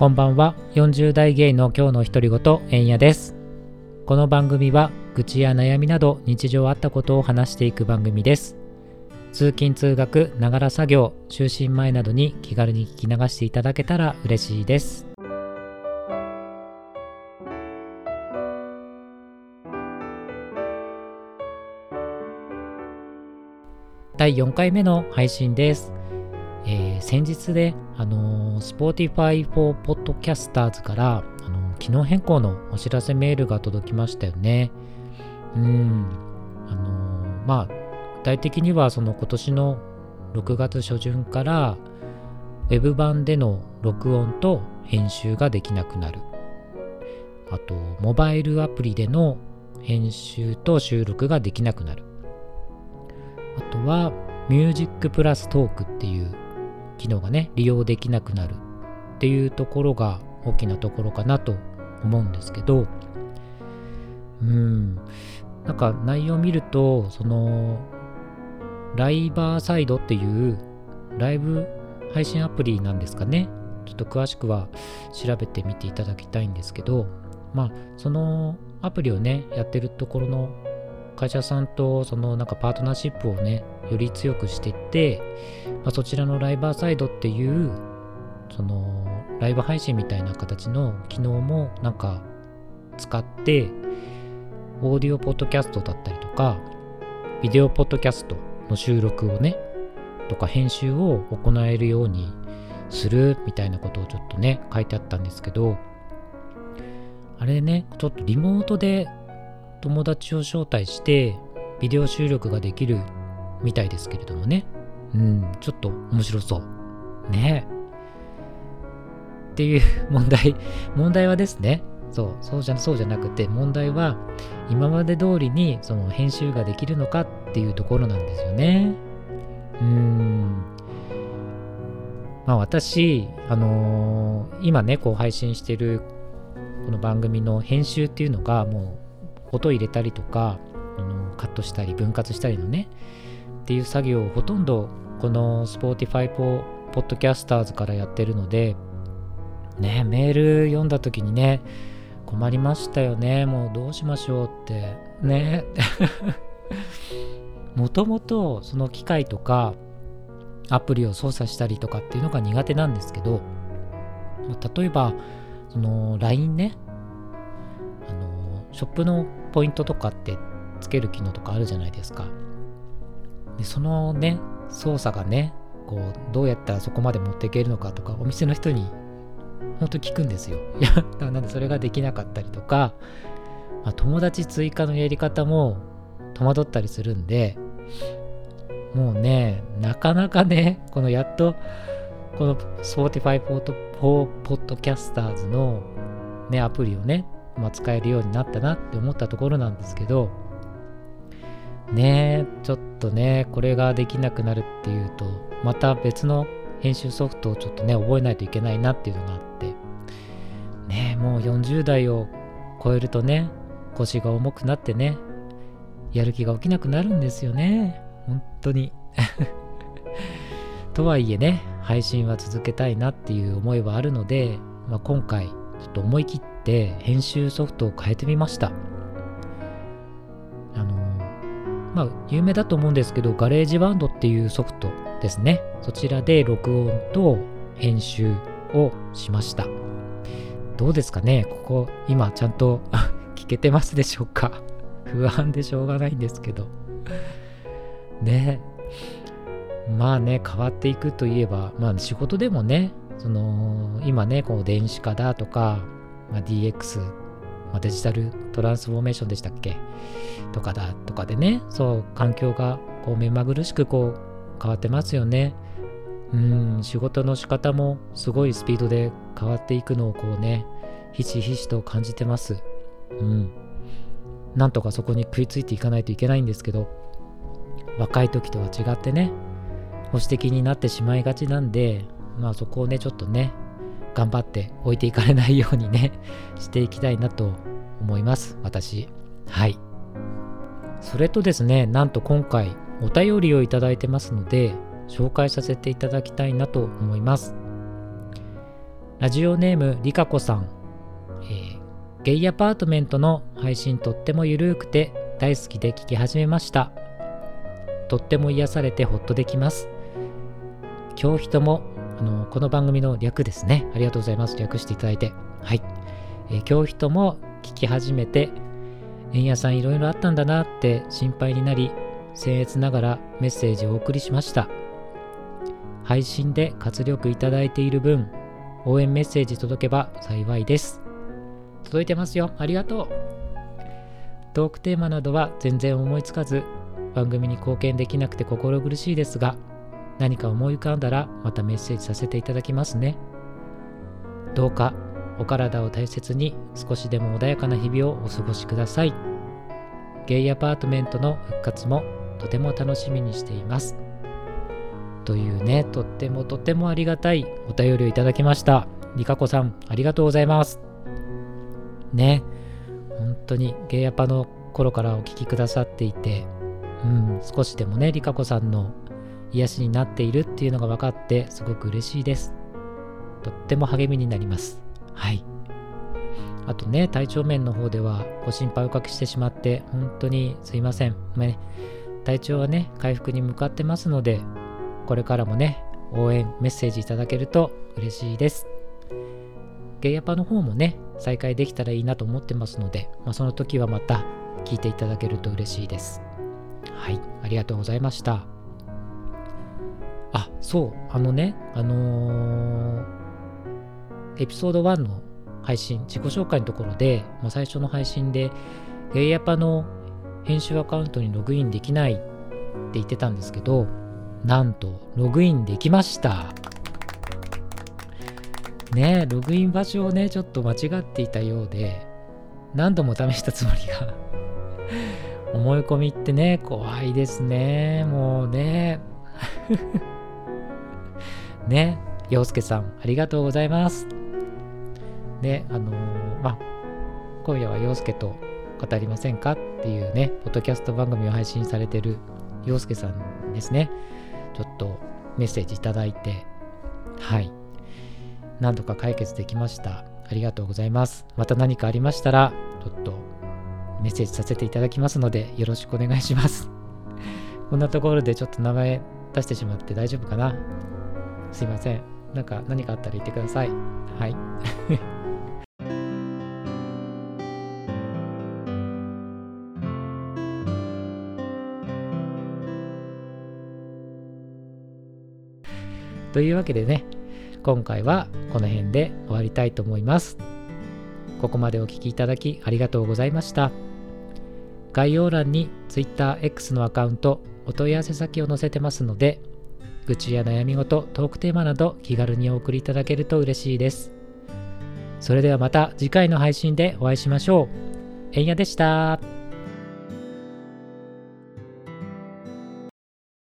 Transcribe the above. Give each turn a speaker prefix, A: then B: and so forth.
A: こんばんは。40代ゲイの今日の独り言、えんやです。この番組は愚痴や悩みなど日常あったことを話していく番組です。通勤通学、ながら作業、就寝前などに気軽に聞き流していただけたら嬉しいです。第4回目の配信です。先日で、Spotify for Podcasters から機能変更のお知らせメールが届きましたよね。具体的には今年の6月初旬からウェブ版での録音と編集ができなくなる。あとモバイルアプリでの編集と収録ができなくなる。あとはミュージックプラストークっていう機能がね利用できなくなるっていうところが大きなところかなと思うんですけど、なんか内容を見るとライバーサイドっていうライブ配信アプリなんですかね。ちょっと詳しくは調べてみていただきたいんですけど、そのアプリをねやってるところの会社さんとなんかパートナーシップをねより強くしていって、そちらのライバーサイドっていうライブ配信みたいな形の機能もなんか使ってオーディオポッドキャストだったりとかビデオポッドキャストの収録をねとか編集を行えるようにするみたいなことをちょっとね書いてあったんですけど、あれねちょっとリモートで友達を招待してビデオ収録ができるみたいですけれどもね、ちょっと面白そうねっていう問題はですね、そうじゃなくて、問題は今まで通りに編集ができるのかっていうところなんですよね。私今ねこう配信してるこの番組の編集っていうのがもう音入れたりとかカットしたり分割したりのねっていう作業をほとんどこの Spotify for Podcasters からやってるのでね、メール読んだ時にね困りましたよね。もうどうしましょうってねもともとその機械とかアプリを操作したりとかっていうのが苦手なんですけど、例えばLINE ねショップのポイントとかってつける機能とかあるじゃないですか。でそのね操作がねこうどうやったらそこまで持っていけるのかとかお店の人に本当聞くんですよ。なんでそれができなかったりとか、友達追加のやり方も戸惑ったりするんで、もうねなかなかねこのやっとこの Spotify for Podcasters のねアプリをね使えるようになったなって思ったところなんですけどね、ちょっとねこれができなくなるっていうとまた別の編集ソフトをちょっとね覚えないといけないなっていうのがあってね、もう40代を超えるとね腰が重くなってねやる気が起きなくなるんですよね本当にとはいえね配信は続けたいなっていう思いはあるので、今回ちょっと思い切って編集ソフトを変えてみました。有名だと思うんですけどガレージバンドっていうソフトですね。そちらで録音と編集をしました。どうですかね、ここ今ちゃんと聞けてますでしょうか不安でしょうがないんですけどね。変わっていくといえば仕事でもね今ねこう電子化だとか、DX、デジタルトランスフォーメーションでしたっけとかでね環境がこう目まぐるしくこう変わってますよね。仕事の仕方もすごいスピードで変わっていくのをこうねひしひしと感じてます。なんとかそこに食いついていかないといけないんですけど、若い時とは違ってね保守的になってしまいがちなんで、そこをねちょっとね頑張って置いていかれないようにねしていきたいなと思います私。それとですね、なんと今回お便りをいただいてますので紹介させていただきたいなと思います。 ラジオネームりかこさん、ゲイアパートメントの配信とってもゆるくて大好きで聞き始めました。とっても癒されてほっとできます。今日人もこの番組の略ですね。ありがとうございます。略していただいて。はい。今日人も聞き始めて、円谷さんいろいろあったんだなって心配になり、僭越ながらメッセージをお送りしました。配信で活力いただいている分、応援メッセージ届けば幸いです。届いてますよ。ありがとう。トークテーマなどは全然思いつかず、番組に貢献できなくて心苦しいですが、何か思い浮かんだらまたメッセージさせていただきますね。どうかお体を大切に少しでも穏やかな日々をお過ごしください。ゲイアパートメントの復活もとても楽しみにしています。というね、とってもありがたいお便りをいただきました。りかこさん、ありがとうございます。ね、本当にゲイアパの頃からお聞きくださっていて、少しでもね、りかこさんの癒しになっているっていうのが分かってすごく嬉しいです。とっても励みになります。はい。あとね、体調面の方ではご心配おかけしてしまって本当にすいません。体調はね、回復に向かってますので、これからもね、応援メッセージいただけると嬉しいです。ゲイアパの方もね、再開できたらいいなと思ってますので、その時はまた聞いていただけると嬉しいです。はい、ありがとうございました。そう、エピソード1の配信、自己紹介のところで、最初の配信で、ゲイアパの編集アカウントにログインできないって言ってたんですけど、なんと、ログインできました。ね、ログイン場所をね、ちょっと間違っていたようで、何度も試したつもりが、思い込みってね、怖いですね。もうね。ね、陽介さん、ありがとうございます。ね、今夜は陽介と語りませんかっていうね、ポッドキャスト番組を配信されてる陽介さんですね。ちょっとメッセージいただいて、はい。何とか解決できました。ありがとうございます。また何かありましたら、ちょっとメッセージさせていただきますので、よろしくお願いします。こんなところでちょっと名前出してしまって大丈夫かな？すいません。何かあったら言ってください。はい。というわけでね、今回はこの辺で終わりたいと思います。ここまでお聞きいただきありがとうございました。概要欄に TwitterX のアカウント、お問い合わせ先を載せてますので、愚痴や悩み事、トークテーマなど気軽にお送りいただけると嬉しいです。それではまた次回の配信でお会いしましょう。えんやでした。